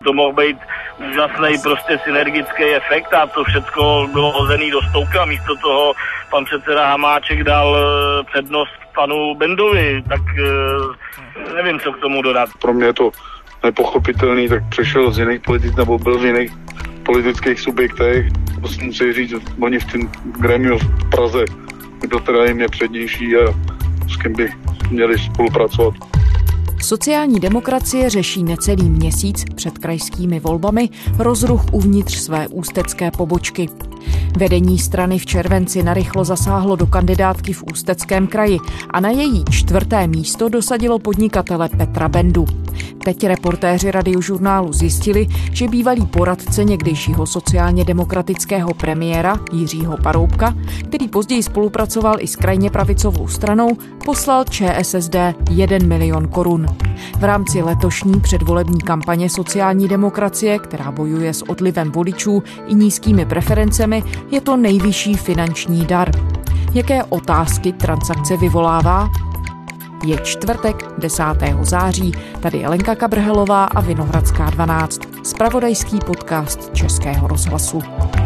to mohl být úžasný prostě synergický efekt a to všecko bylo hozený do stouka. Místo toho pan předseda Hamáček dal přednost panu Bendovi, tak nevím, co k tomu dodat. Pro mě je to nepochopitelný, tak přešel z jiných politik nebo byl v jiných politických subjektech. Prostě musí říct, že oni v tom grémiu v Praze, kdo teda jim je přednější a s kým by měli spolupracovat. Sociální demokracie řeší necelý měsíc před krajskými volbami rozruch uvnitř své ústecké pobočky. Vedení strany v červenci narychlo zasáhlo do kandidátky v Ústeckém kraji a na její 4. místo dosadilo podnikatele Petra Bendu. Teď reportéři Radiožurnálu zjistili, že bývalý poradce někdejšího sociálně demokratického premiéra Jiřího Paroubka, který později spolupracoval i s krajně pravicovou stranou, poslal ČSSD 1 milion korun. V rámci letošní předvolební kampaně sociální demokracie, která bojuje s odlivem voličů i nízkými preferencemi, je to nejvyšší finanční dar. Jaké otázky transakce vyvolává? Je čtvrtek 10. září, tady je Lenka Kabrhelová a Vinohradská 12, zpravodajský podcast Českého rozhlasu.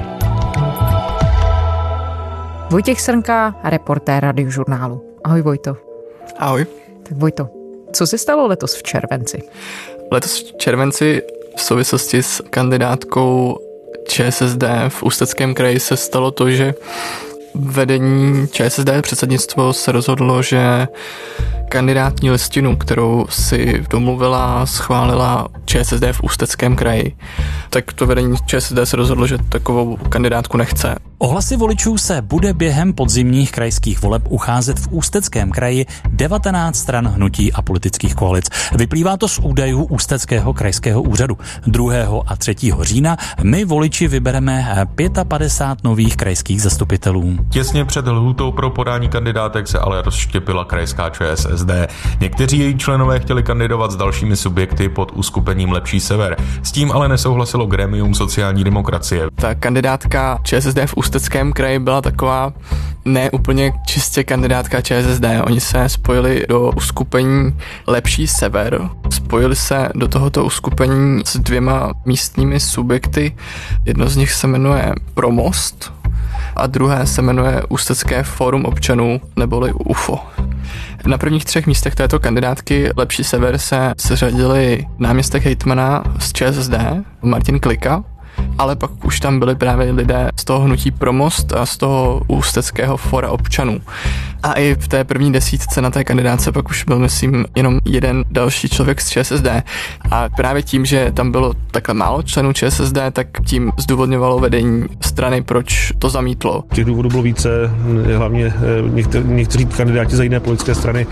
Vojtěch Srnka, reportér Radiožurnálu. Ahoj Vojto. Ahoj. Tak Vojto, co se stalo letos v červenci? Letos v červenci v souvislosti s kandidátkou ČSSD v Ústeckém kraji se stalo to, že vedení ČSSD předsednictvo se rozhodlo, že kandidátní listinu, kterou si domluvila, schválila ČSSD v Ústeckém kraji, tak to vedení ČSSD se rozhodlo, že takovou kandidátku nechce. O hlasy voličů se bude během podzimních krajských voleb ucházet v Ústeckém kraji 19 stran, hnutí a politických koalic. Vyplývá to z údajů Ústeckého krajského úřadu. 2. a 3. října my voliči vybereme 55 nových krajských zastupitelů. Těsně před lhůtou pro podání kandidátek se ale rozštěpila krajská ČSSD. Někteří její členové chtěli kandidovat s dalšími subjekty pod uskupením Lepší sever. S tím ale nesouhlasilo grémium sociální demokracie. Ta kandidátka ČSSD v Ústeckém kraji byla taková ne úplně čistě kandidátka ČSSD. Oni se spojili do uskupení Lepší sever. Spojili se do tohoto uskupení s 2 místními subjekty. Jedno z nich se jmenuje Promost a druhé se jmenuje Ústecké fórum občanů neboli UFO. Na prvních 3 místech této kandidátky Lepší sever se seřadili náměstek hejtmana z ČSSD Martin Klika, ale pak už tam byli právě lidé z toho hnutí Promost a z toho Ústeckého fóra občanů. A i v té první 10 na té kandidáce pak už byl, myslím, jenom jeden další člověk z ČSSD. A právě tím, že tam bylo takhle málo členů ČSSD, tak tím zdůvodňovalo vedení strany, proč to zamítlo. Těch důvodů bylo více, hlavně někteří kandidáti za jiné politické strany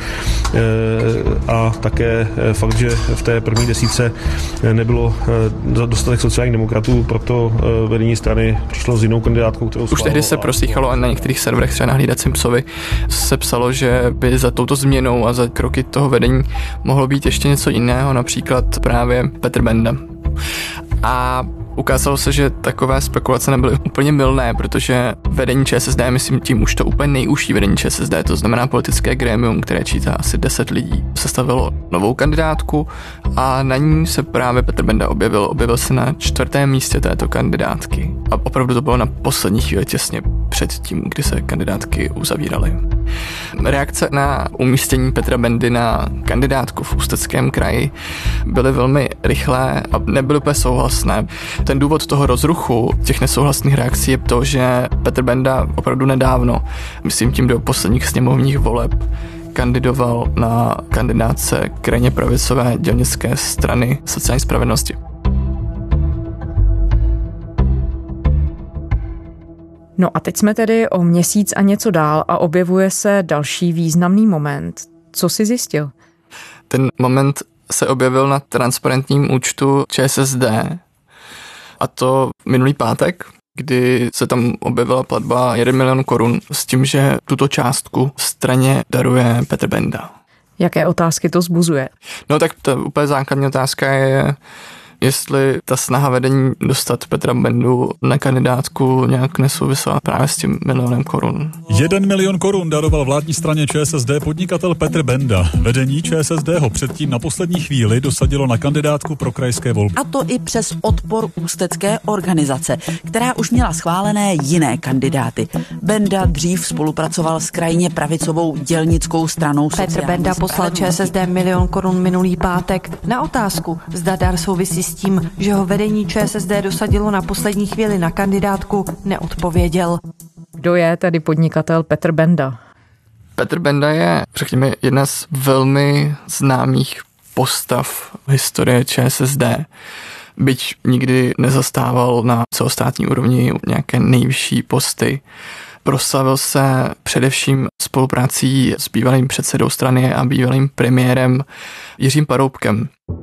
a také fakt, že v té první 10 nebylo dostatek sociálních demokratů, proto vedení strany přišlo s jinou kandidátkou, kterou už tehdy se proslýchalo a na některých serverech, třeba na Hlídacím psovi, se psalo, že by za touto změnou a za kroky toho vedení mohlo být ještě něco jiného, například právě Petr Benda. A ukázalo se, že takové spekulace nebyly úplně mylné, protože vedení ČSSD, myslím tím už to úplně nejužší vedení ČSSD, to znamená politické grémium, které čítá asi 10 lidí, sestavilo novou kandidátku a na ní se právě Petr Benda objevil se na 4. místě této kandidátky. A opravdu to bylo na poslední chvíli těsně před tím, kdy se kandidátky uzavíraly. Reakce na umístění Petra Bendy na kandidátku v Ústeckém kraji byly velmi rychlé a nebyly úplně souhlasné. Ten důvod toho rozruchu těch nesouhlasných reakcí je to, že Petr Benda opravdu nedávno, myslím tím do posledních sněmovních voleb, kandidoval na kandidátce krajně pravicové dělnické strany sociální spravedlnosti. No a teď jsme tedy o měsíc a něco dál a objevuje se další významný moment. Co jsi zjistil? Ten moment se objevil na transparentním účtu ČSSD, a to minulý pátek, kdy se tam objevila platba 1 milion korun s tím, že tuto částku straně daruje Petr Benda. Jaké otázky to vzbuzuje? No tak ta úplně základní otázka je, jestli ta snaha vedení dostat Petra Bendu na kandidátku nějak nesouvisela právě s tím 1 000 000 korun. 1 milion korun daroval vládní straně ČSSD podnikatel Petr Benda. Vedení ČSSD ho předtím na poslední chvíli dosadilo na kandidátku pro krajské volby. A to i přes odpor ústecké organizace, která už měla schválené jiné kandidáty. Benda dřív spolupracoval s krajně pravicovou dělnickou stranou Petr Benda poslal ČSSD 1 000 000 korun minulý pátek. Na otázku, zda dar souvisí s tím, že ho vedení ČSSD dosadilo na poslední chvíli na kandidátku, neodpověděl. Kdo je tedy podnikatel Petr Benda? Petr Benda je, řekněme, jedna z velmi známých postav historie ČSSD. Byť nikdy nezastával na celostátní úrovni nějaké nejvyšší posty. Proslavil se především spoluprací s bývalým předsedou strany a bývalým premiérem Jiřím Paroubkem.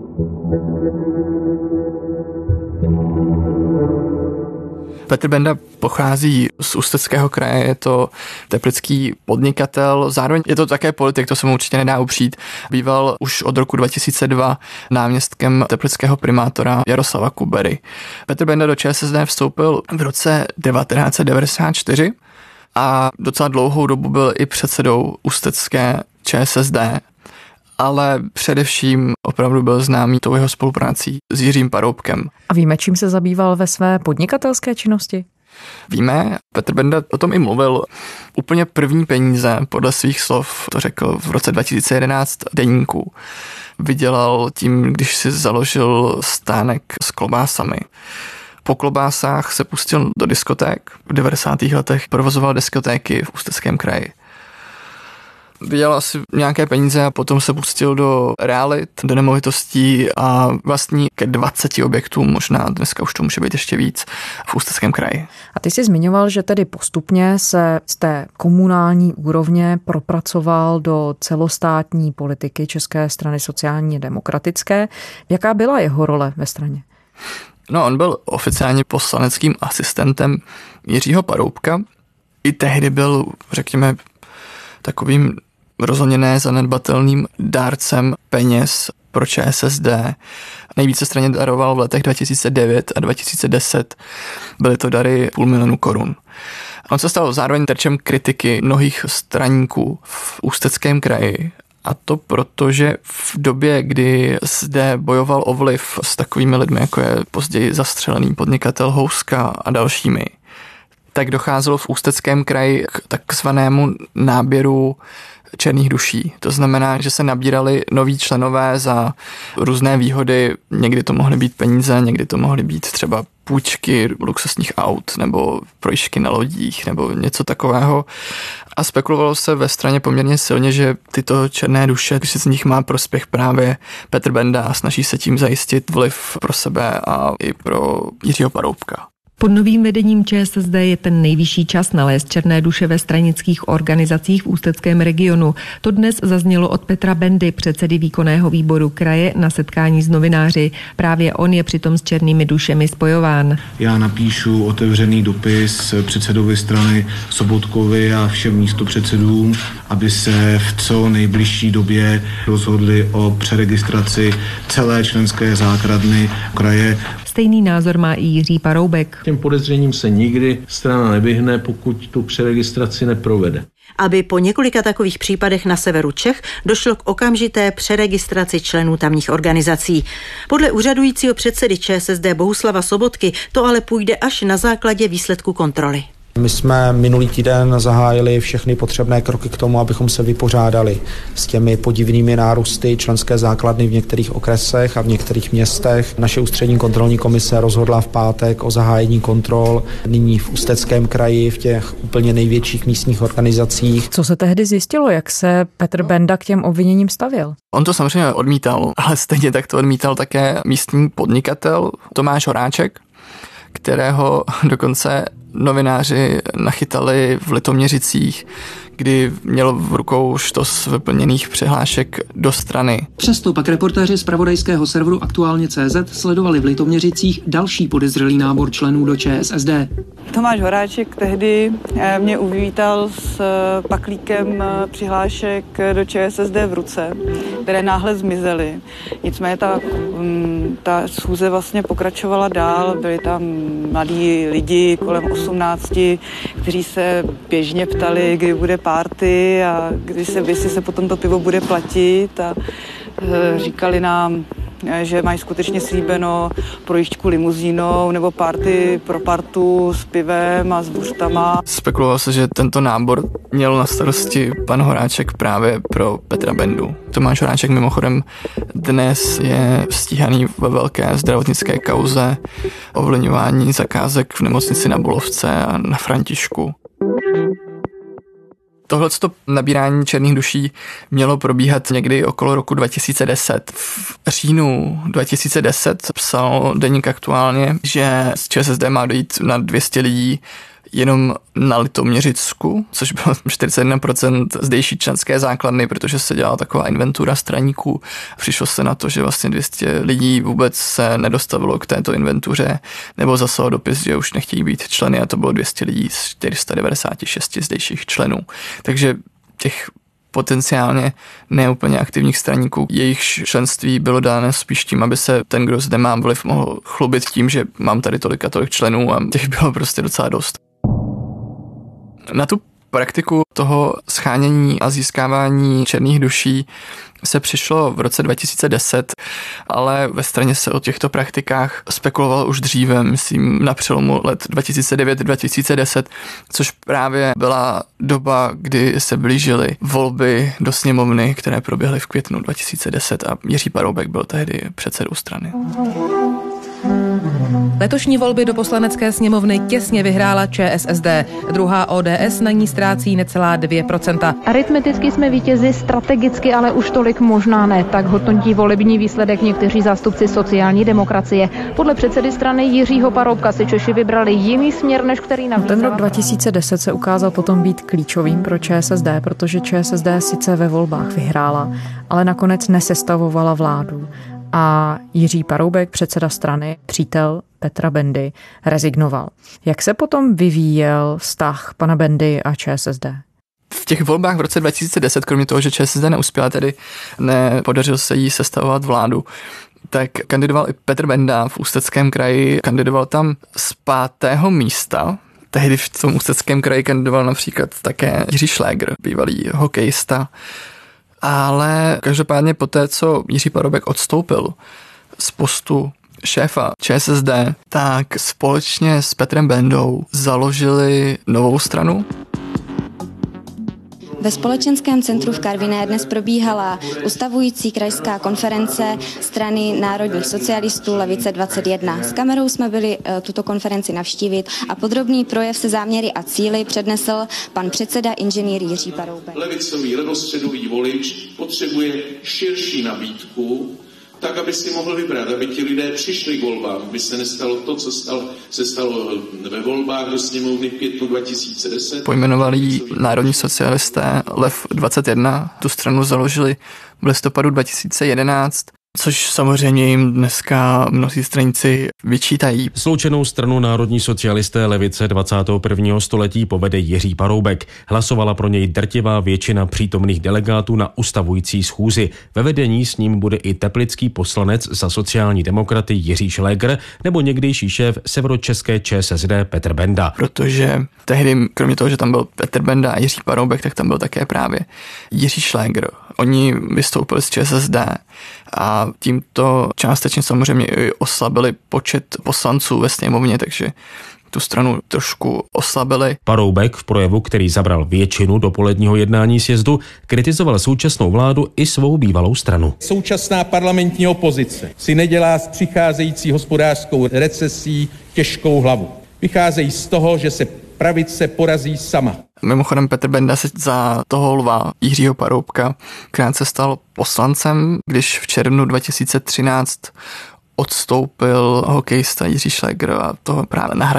Petr Benda pochází z Ústeckého kraje, je to teplický podnikatel, zároveň je to také politik, to se mu určitě nedá upřít. Býval už od roku 2002 náměstkem teplického primátora Jaroslava Kubery. Petr Benda do ČSSD vstoupil v roce 1994 a docela dlouhou dobu byl i předsedou ústecké ČSSD, ale především opravdu byl známý tou jeho spoluprácí s Jiřím Paroubkem. A víme, čím se zabýval ve své podnikatelské činnosti? Víme, Petr Benda o tom i mluvil. Úplně první peníze, podle svých slov, to řekl v roce 2011 Deníku, vydělal tím, když si založil stánek s klobásami. Po klobásách se pustil do diskoték. V 90. letech provozoval diskotéky v Ústeckém kraji. Vydělal asi nějaké peníze a potom se pustil do realit, do nemovitostí a vlastní ke 20 objektům, možná dneska už to může být ještě víc, v Ústeckém kraji. A ty jsi zmiňoval, že tedy postupně se z té komunální úrovně propracoval do celostátní politiky České strany sociálně demokratické. Jaká byla jeho role ve straně? No, on byl oficiálně poslaneckým asistentem Jiřího Paroubka. I tehdy byl, řekněme, takovým rozhodně nezanedbatelným dárcem peněz pro ČSSD. Nejvíce straně daroval v letech 2009 a 2010. Byly to dary 500 000 korun. On se stal zároveň terčem kritiky mnohých straníků v Ústeckém kraji. A to proto, že v době, kdy zde bojoval o vliv s takovými lidmi, jako je později zastřelený podnikatel Houska a dalšími, tak docházelo v Ústeckém kraji k takzvanému náběru černých duší. To znamená, že se nabírali noví členové za různé výhody. Někdy to mohly být peníze, někdy to mohly být třeba půjčky luxusních aut nebo projížďky na lodích nebo něco takového. A spekulovalo se ve straně poměrně silně, že tyto černé duše, když se z nich má prospěch právě Petr Benda a snaží se tím zajistit vliv pro sebe a i pro Jiřího Paroubka. Pod novým vedením ČSSD je ten nejvyšší čas nalézt černé duše ve stranických organizacích v ústeckém regionu. To dnes zaznělo od Petra Bendy, předsedy výkonného výboru kraje, na setkání s novináři. Právě on je přitom s černými dušemi spojován. Já napíšu otevřený dopis předsedovi strany Sobotkovi a všem místopředsedům, aby se v co nejbližší době rozhodli o přeregistraci celé členské základny kraje. Stejný názor má i Jiří Paroubek. Těm podezřením se nikdy strana nevyhne, pokud tu přeregistraci neprovede. Aby po několika takových případech na severu Čech došlo k okamžité přeregistraci členů tamních organizací. Podle úřadujícího předsedy ČSSD Bohuslava Sobotky to ale půjde až na základě výsledku kontroly. My jsme minulý týden zahájili všechny potřebné kroky k tomu, abychom se vypořádali s těmi podivnými nárůsty členské základny v některých okresech a v některých městech. Naše ústřední kontrolní komise rozhodla v pátek o zahájení kontrol nyní v Ústeckém kraji, v těch úplně největších místních organizacích. Co se tehdy zjistilo, jak se Petr Benda k těm obviněním stavěl? On to samozřejmě odmítal, ale stejně tak to odmítal také místní podnikatel Tomáš Horáček, kterého dokonce novináři nachytali v Litoměřicích, kdy měl v rukou štos vyplněných přihlášek do strany. Přesto pak reportéři z zpravodajského serveru Aktuálně.cz sledovali v Litoměřicích další podezřelý nábor členů do ČSSD. Tomáš Horáček tehdy mě uvítal s paklíkem přihlášek do ČSSD v ruce, které náhle zmizely. Nicméně ta schůze vlastně pokračovala dál, byli tam mladí lidi kolem 18, kteří se běžně ptali, kdy bude party a jestli se potom to pivo bude platit a říkali nám, že mají skutečně slíbeno projížďku limuzínou nebo party pro partu s pivem a s buřtama. Spekulovalo se, že tento nábor měl na starosti pan Horáček právě pro Petra Bendu. Tomáš Horáček mimochodem dnes je stíhaný ve velké zdravotnické kauze ovlivňování zakázek v nemocnici na Bulovce a na Františku. Tohleto nabírání černých duší mělo probíhat někdy okolo roku 2010. V říjnu 2010 psal deník Aktuálně, že z ČSSD má dojít na 200 lidí jenom na Litoměřicku, což bylo 41% zdejší členské základny, protože se dělala taková inventura straníků. Přišlo se na to, že vlastně 200 lidí vůbec se nedostavilo k této inventuře, nebo zaslal dopis, že už nechtějí být členy, a to bylo 200 lidí z 496 zdejších členů. Takže těch potenciálně neúplně aktivních straníků, jejich členství bylo dáno spíš tím, aby se ten, kdo zde má vliv, mohl chlubit tím, že mám tady tolik členů, a těch bylo prostě docela dost. Na tu praktiku toho schánění a získávání černých duší se přišlo v roce 2010, ale ve straně se o těchto praktikách spekulovalo už dříve, myslím na přelomu let 2009-2010, což právě byla doba, kdy se blížily volby do sněmovny, které proběhly v květnu 2010 a Jiří Paroubek byl tehdy předsedou strany. Letošní volby do poslanecké sněmovny těsně vyhrála ČSSD. Druhá ODS na ní ztrácí necelá 2%. Aritmeticky jsme vítězi, strategicky ale už tolik možná ne. Tak hodnotí volební výsledek někteří zástupci sociální demokracie. Podle předsedy strany Jiřího Paroubka si Češi vybrali jiný směr, než který nabízela. Ten rok 2010 se ukázal potom být klíčovým pro ČSSD, protože ČSSD sice ve volbách vyhrála, ale nakonec nesestavovala vládu. A Jiří Paroubek, předseda strany, přítel Petra Bendy, rezignoval. Jak se potom vyvíjel vztah pana Bendy a ČSSD? V těch volbách v roce 2010, kromě toho, že ČSSD neuspěla, tedy nepodařilo se jí sestavovat vládu, tak kandidoval i Petr Benda v Ústeckém kraji, kandidoval tam z 5. místa. Tehdy v tom Ústeckém kraji kandidoval například také Jiří Šlégr, bývalý hokejista. Ale každopádně poté, co Jiří Paroubek odstoupil z postu šéfa ČSSD, tak společně s Petrem Bendou založili novou stranu. Ve společenském centru v Karviné dnes probíhala ustavující krajská konference strany národních socialistů Levice 21. S kamerou jsme byli tuto konferenci navštívit a podrobný projev se záměry a cíli přednesl pan předseda inženýr Jiří Paroubek. Levicový, levostředový volič potřebuje širší nabídku, tak, aby si mohl vybrat, aby ti lidé přišli k volbám, aby se nestalo to, co se stalo ve volbách do sněmovny v květnu 2010. Pojmenovali ji národní socialisté Lev 21, tu stranu založili v listopadu 2011, což samozřejmě jim dneska mnozí straníci vyčítají. Sloučenou stranu národní socialisté Levice 21. století povede Jiří Paroubek. Hlasovala pro něj drtivá většina přítomných delegátů na ustavující schůzi. Ve vedení s ním bude i teplický poslanec za sociální demokraty Jiří Šlégr nebo někdejší šéf severočeské ČSSD Petr Benda. Protože tehdy, kromě toho, že tam byl Petr Benda a Jiří Paroubek, tak tam byl také právě Jiří Šlégr. Oni vystoupili z ČSSD a tímto částečně samozřejmě i oslabili počet poslanců ve sněmovně, takže tu stranu trošku oslabili. Paroubek v projevu, který zabral většinu dopoledního jednání sjezdu, kritizoval současnou vládu i svou bývalou stranu. Současná parlamentní opozice si nedělá s přicházející hospodářskou recesí těžkou hlavu. Vycházejí z toho, že se pravice porazí sama. Mimochodem Petr Benda se za toho lva Jiřího Paroubka krátce stal poslancem, když v červnu 2013 odstoupil hokejista Jiří Šlégr a toho právě nahradil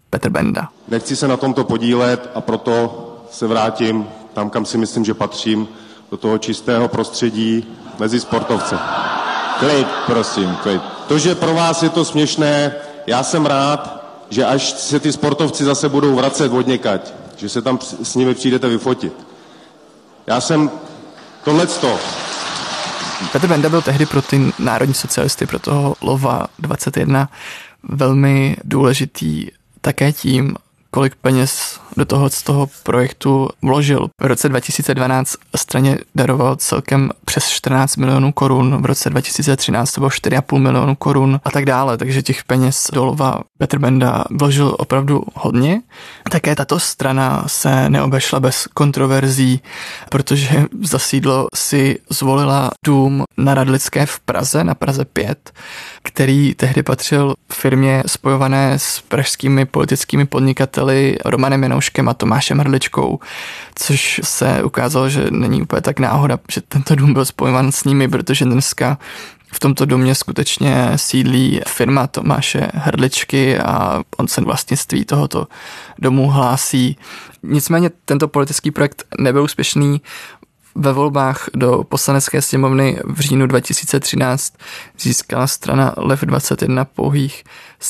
Petr Benda. Nechci se na tomto podílet a proto se vrátím tam, kam si myslím, že patřím, do toho čistého prostředí mezi sportovce. Klid, prosím, klid. To, že pro vás je to směšné, já jsem rád, že až se ty sportovci zase budou vracet odněkať, že se tam s nimi přijdete vyfotit. Já jsem tohleto. Petr Benda byl tehdy pro ty národní socialisty, pro toho Lova 21 velmi důležitý také tím, kolik peněz do toho projektu vložil. V roce 2012 straně daroval celkem přes 14 milionů korun, v roce 2013 to bylo 4,5 milionu korun a tak dále, takže těch peněz do Lova Petr Benda vložil opravdu hodně. Také tato strana se neobešla bez kontroverzí, protože za sídlo si zvolila dům na Radlické v Praze, na Praze 5, který tehdy patřil firmě spojované s pražskými politickými podnikateli Romanem Janouškem a Tomášem Hrdličkou, což se ukázalo, že není úplně tak náhoda, že tento dům byl spojován s nimi, protože dneska v tomto domě skutečně sídlí firma Tomáše Hrdličky a on se vlastnictví tohoto domu hlásí. Nicméně tento politický projekt nebyl úspěšný. Ve volbách do Poslanecké sněmovny v říjnu 2013 získala strana LEV 21 pouhých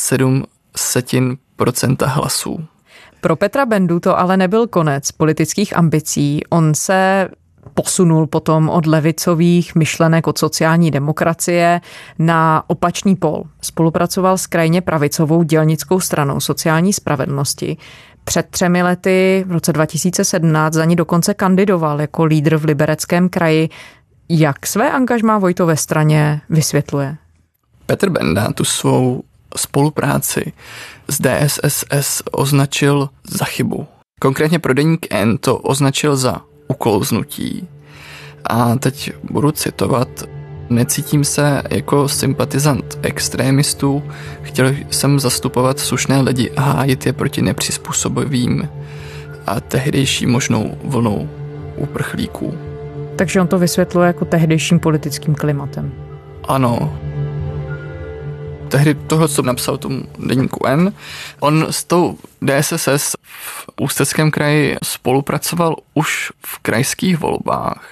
0,07% hlasů. Pro Petra Bendu to ale nebyl konec politických ambicí. On se posunul potom od levicových myšlenek, od sociální demokracie na opačný pól. Spolupracoval s krajně pravicovou dělnickou stranou sociální spravedlnosti. Před 3 lety, v roce 2017, za ní dokonce kandidoval jako lídr v Libereckém kraji. Jak své angažmá Vojto ve straně vysvětluje? Petr Benda tu svou spolupráci s DSSS označil za chybu. Konkrétně pro deník N to označil za uklouznutí. A teď budu citovat: necítím se jako sympatizant extrémistů, chtěl jsem zastupovat slušné lidi a hájit je proti nepřizpůsobivým a tehdejší možnou vlnou uprchlíků. Takže on to vysvětluje jako tehdejším politickým klimatem. Ano. Tehdy tohle, co napsal tomu deníku N, on s tou DSSS v Ústeckém kraji spolupracoval už v krajských volbách,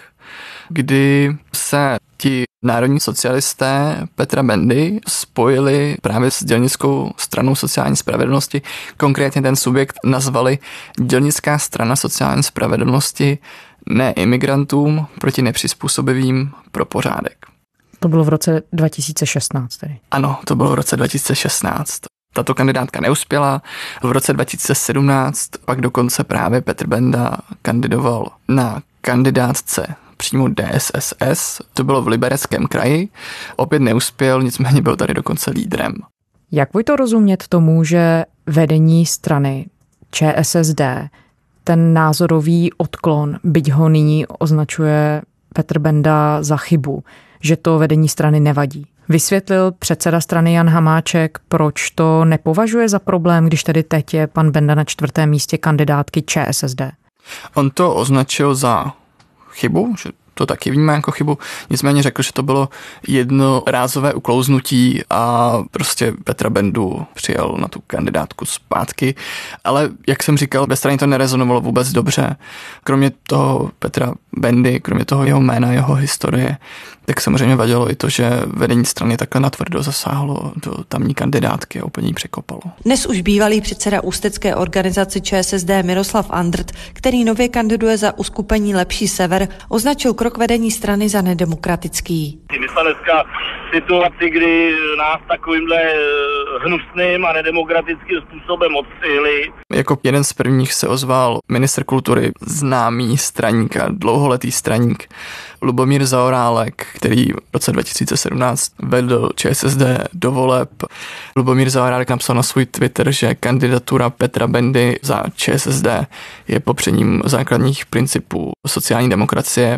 kdy se ti národní socialisté Petra Bendy spojili právě s dělnickou stranou sociální spravedlnosti. Konkrétně ten subjekt nazvali Dělnická strana sociální spravedlnosti ne imigrantům proti nepřizpůsobivým pro pořádek. To bylo v roce 2016 tedy. Ano, to bylo v roce 2016. Tato kandidátka neuspěla. V roce 2017 pak dokonce právě Petr Benda kandidoval na kandidátce přímo DSSS. To bylo v Libereckém kraji. Opět neuspěl, nicméně byl tady dokonce lídrem. Jak to rozumět tomu, že vedení strany ČSSD ten názorový odklon, byť ho nyní označuje Petr Benda za chybu, že to vedení strany nevadí? Vysvětlil předseda strany Jan Hamáček, proč to nepovažuje za problém, když tedy teď je pan Benda na 4. místě kandidátky ČSSD? On to označil za chybu, že to taky vnímá jako chybu, nicméně řekl, že to bylo jednorázové uklouznutí a prostě Petra Bendu přijal na tu kandidátku zpátky, ale jak jsem říkal, ve straně to nerezonovalo vůbec dobře. Kromě toho Petra Bendy, kromě toho jeho jména, jeho historie, tak samozřejmě vadilo i to, že vedení strany takhle natvrdo zasáhlo do tamní kandidátky a úplně ji překopalo. Dnes už bývalý předseda ústecké organizace ČSSD Miroslav Andrt, který nově kandiduje za uskupení Lepší sever, označil krok vedení strany za nedemokratický. My jsme dneska v situaci, kdy nás takovýmhle hnusným a nedemokratickým způsobem odstřihli. Jako jeden z prvních se ozval ministr kultury, známý straník a dlouholetý straník Lubomír Zaorálek, který v roce 2017 vedl ČSSD do voleb. Lubomír Zaorálek napsal na svůj Twitter, že kandidatura Petra Bendy za ČSSD je popřením základních principů sociální demokracie.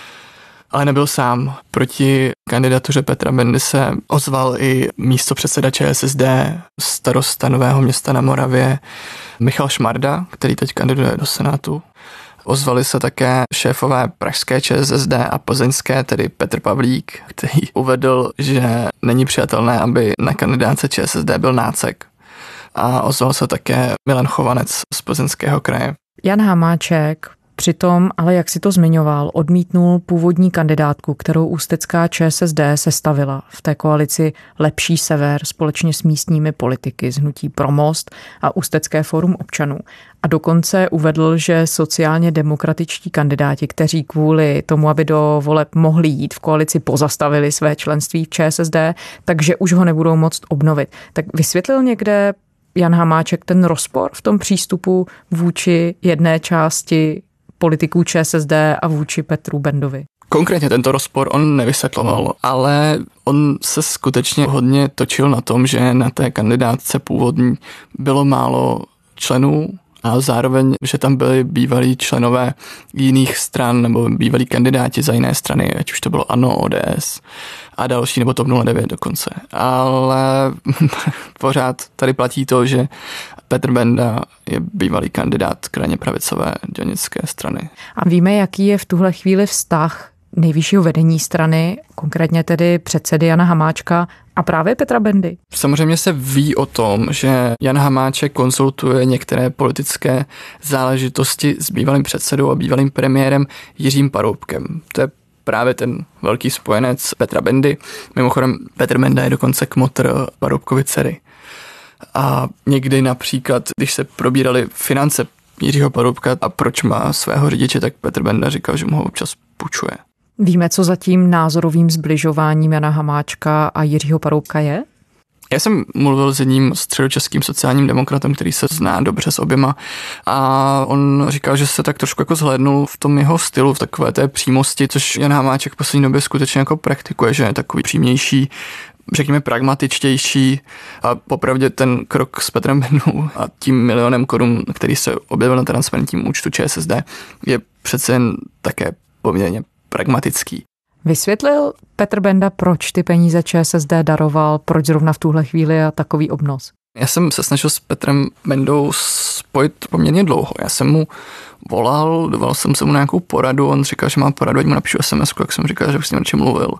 Ale nebyl sám. Proti kandidatuře Petra Bendy se ozval i místopředseda ČSSD, starosta Nového Města na Moravě Michal Šmarda, který teď kandiduje do Senátu. Ozvali se také šéfové pražské ČSSD a plzeňské, tedy Petr Pavlík, který uvedl, že není přijatelné, aby na kandidáce ČSSD byl nácek. a ozval se také Milan Chovanec z Plzeňského kraje. Jan Hamáček přitom, ale jak si to zmiňoval, odmítnul původní kandidátku, kterou ústecká ČSSD sestavila v té koalici Lepší sever společně s místními politiky z hnutí Pro most a Ústecké fórum občanů. A dokonce uvedl, že sociálně demokratičtí kandidáti, kteří kvůli tomu, aby do voleb mohli jít v koalici, pozastavili své členství v ČSSD, takže už ho nebudou moct obnovit. Tak vysvětlil někde Jan Hamáček ten rozpor v tom přístupu vůči jedné části politiků ČSSD a vůči Petru Bendovi? Konkrétně tento rozpor on nevysvětloval, ale on se skutečně hodně točil na tom, že na té kandidátce původní bylo málo členů a zároveň, že tam byli bývalí členové jiných stran nebo bývalí kandidáti za jiné strany, ať už to bylo ANO, ODS a další, nebo TOP 09 dokonce. Ale pořád tady platí to, že Petr Benda je bývalý kandidát krajně pravicové dělnické strany. A víme, jaký je v tuhle chvíli vztah nejvyššího vedení strany, konkrétně tedy předsedy Jana Hamáčka a právě Petra Bendy? Samozřejmě se ví o tom, že Jan Hamáček konzultuje některé politické záležitosti s bývalým předsedou a bývalým premiérem Jiřím Paroubkem. To je právě ten velký spojenec Petra Bendy. Mimochodem Petr Benda je dokonce kmotr Paroubkovy dcery. A někdy například, když se probíraly finance Jiřího Paroubka a proč má svého řidiče, tak Petr Benda říkal, že mu ho občas půjčuje. Víme, co za tím názorovým zbližováním Jana Hamáčka a Jiřího Paroubka je? Já jsem mluvil s jedním středočeským sociálním demokratem, který se zná dobře s oběma a on říkal, že se tak trošku jako zhlédnul v tom jeho stylu, v takové té přímosti, což Jan Hamáček v poslední době skutečně jako praktikuje, že je takový přímější, řekněme pragmatičtější a popravdě ten krok s Petrem Bendou a tím 1 000 000 korun, který se objevil na transparentním účtu ČSSD, je přece jen také poměrně pragmatický. Vysvětlil Petr Benda, proč ty peníze ČSSD daroval, proč zrovna v tuhle chvíli a takový obnos? Já jsem se snažil s Petrem Bendou spojit poměrně dlouho. Já jsem mu volal, dovolal jsem se mu nějakou poradu, on říkal, že má poradu, ať mu napíšu SMS, jak jsem říkal, že už s ním o čem mluvil.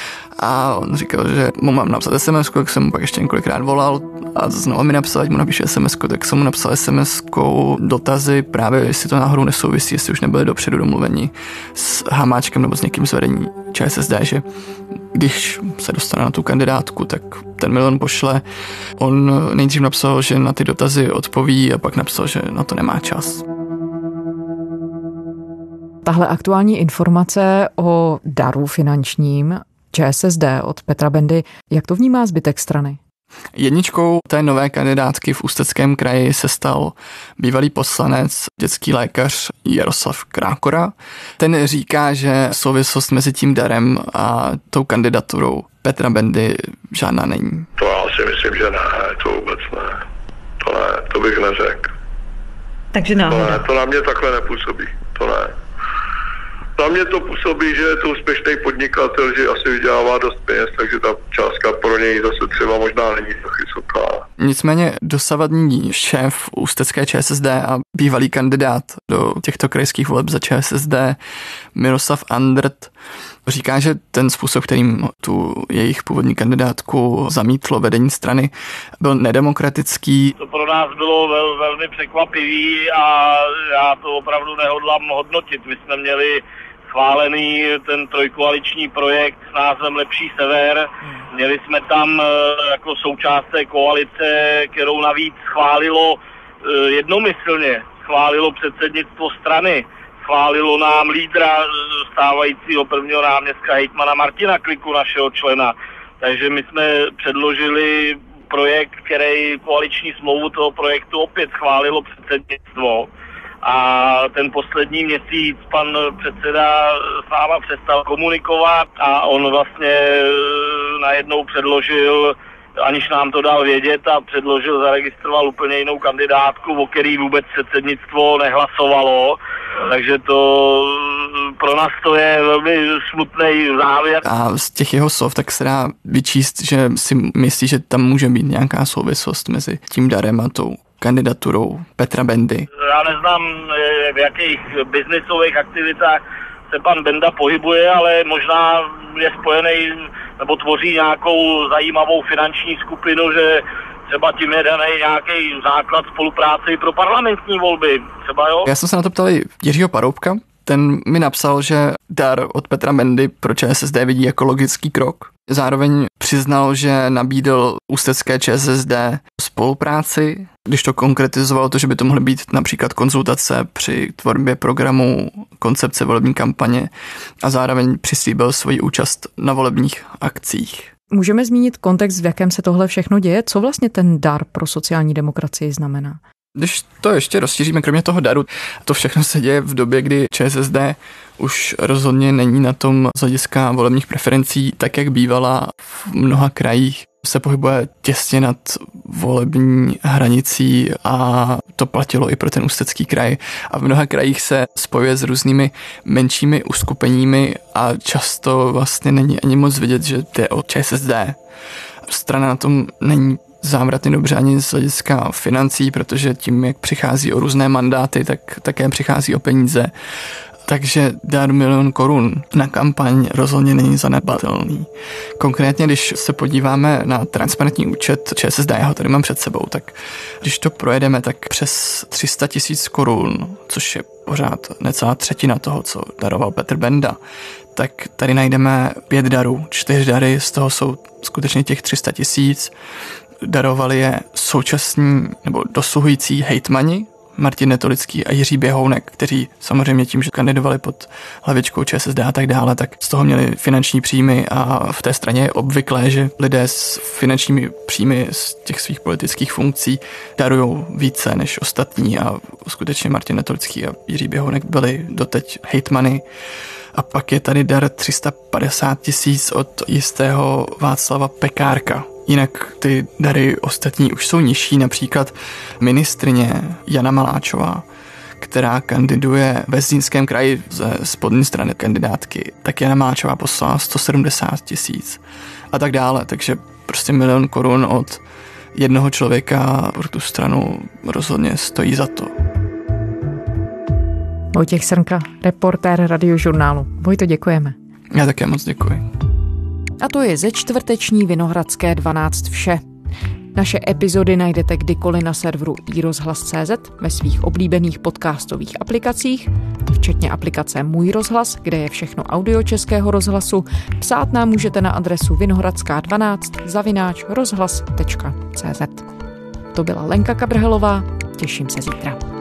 A on říkal, že mu mám napsat SMS, jak jsem mu pak ještě několikrát volal a znovu mi napsal, ať mu napíšu SMS, tak jsem mu napsal SMS-kou dotazy, právě jestli to náhodou nesouvisí, jestli už nebyli dopředu domluveni s Hamáčkem nebo s někým z vedení ČSSD, že když se dostane na tu kandidátku, tak ten 1 000 000 pošle. On nejdřív napsal, že na ty dotazy odpoví a pak napsal, že na to nemá čas. Tahle aktuální informace o daru finančním ČSSD od Petra Bendy, jak to vnímá zbytek strany? Jedničkou té nové kandidátky v Ústeckém kraji se stal bývalý poslanec, dětský lékař Jaroslav Krákora. Ten říká, že souvislost mezi tím darem a tou kandidaturou Petra Bendy žádná není. To já si myslím, že ne, to vůbec ne. To bych neřekl. Takže náhoda. To na mě takhle nepůsobí, to ne. Na mě to působí, že je to úspěšný podnikatel, že asi vydělává dost peněz, takže ta částka pro něj zase třeba možná není tak vysoká. Nicméně dosavadní šéf ústecké ČSSD a bývalý kandidát do těchto krajských voleb za ČSSD Miroslav Andrt říká, že ten způsob, kterým tu jejich původní kandidátku zamítlo vedení strany, byl nedemokratický. To pro nás bylo velmi překvapivý a já to opravdu nehodlám hodnotit. My jsme měli schválený ten trojkoaliční projekt s názvem Lepší sever. Měli jsme tam jako součást té koalice, kterou navíc schválilo předsednictvo strany. Schválilo nám lídra stávajícího prvního náměstka hejtmana Martina Kliku, našeho člena. Takže my jsme předložili projekt, který koaliční smlouvu toho projektu opět schválilo předsednictvo. A ten poslední měsíc pan předseda s náma přestal komunikovat a on vlastně najednou předložil, aniž nám to dal vědět, a zaregistroval úplně jinou kandidátku, o který vůbec předsednictvo nehlasovalo. Takže to pro nás to je velmi smutný závěr. A z těch jeho slov tak se dá vyčíst, že si myslí, že tam může být nějaká souvislost mezi tím darem a tou kandidaturou Petra Bendy. Já neznám, v jakých biznisových aktivitách se pan Benda pohybuje, ale možná je spojený nebo tvoří nějakou zajímavou finanční skupinu, že Třeba tím je daný nějaký základ spolupráce i pro parlamentní volby. Třeba jo. Já jsem se na to ptal i Jiřího Paroubka. Ten mi napsal, že dar od Petra Bendy pro ČSSD vidí jako logický krok. Zároveň přiznal, že nabídl ústecké ČSSD spolupráci, když to konkretizoval to, že by to mohly být například konzultace při tvorbě programu, koncepce volební kampaně a zároveň přislíbil svoji účast na volebních akcích. Můžeme zmínit kontext, v jakém se tohle všechno děje? Co vlastně ten dar pro sociální demokracii znamená? Když to ještě rozšíříme, kromě toho daru, to všechno se děje v době, kdy ČSSD už rozhodně není na tom z hlediska volebních preferencí tak, jak bývala v mnoha krajích. Se pohybuje těsně nad volební hranicí a to platilo i pro ten Ústecký kraj. A v mnoha krajích se spojuje s různými menšími uskupeními a často vlastně není ani moc vidět, že jde o ČSSD. Strana na tom není závratně dobře ani z hlediska financí, protože tím, jak přichází o různé mandáty, tak také přichází o peníze. Takže dar 1 000 000 korun na kampaň rozhodně není zanedbatelný. Konkrétně, když se podíváme na transparentní účet ČSSD, já ho tady mám před sebou, tak když to projedeme, tak přes 300 000 korun, což je pořád necelá třetina toho, co daroval Petr Benda, tak tady najdeme 5 darů, 4 dary, z toho jsou skutečně těch 300 000. Darovali je současní nebo dosluhující hejtmani Martin Netolický a Jiří Běhounek, kteří samozřejmě tím, že kandidovali pod hlavičkou ČSSD a tak dále, tak z toho měli finanční příjmy a v té straně je obvyklé, že lidé s finančními příjmy z těch svých politických funkcí darují více než ostatní a skutečně Martin Netolický a Jiří Běhounek byli doteď hejtmany. A pak je tady dar 350 000 od jistého Václava Pekárka. Jinak ty dary ostatní už jsou nižší, například ministryně Jana Maláčová, která kandiduje ve Zlínském kraji ze spodní strany kandidátky, tak Jana Maláčová poslala 170 000 a tak dále, takže prostě 1 000 000 korun od jednoho člověka pro tu stranu rozhodně stojí za to. Vojtěch Srnka, reportér Radiožurnálu. Vojto, děkujeme. Já také moc děkuji. A to je ze čtvrteční Vinohradské 12 vše. Naše epizody najdete kdykoliv na serveru iRozhlas.cz, ve svých oblíbených podcastových aplikacích, včetně aplikace Můj rozhlas, kde je všechno audio Českého rozhlasu. Psát nám můžete na adresu vinohradská12@rozhlas.cz. To byla Lenka Kabrhelová, těším se zítra.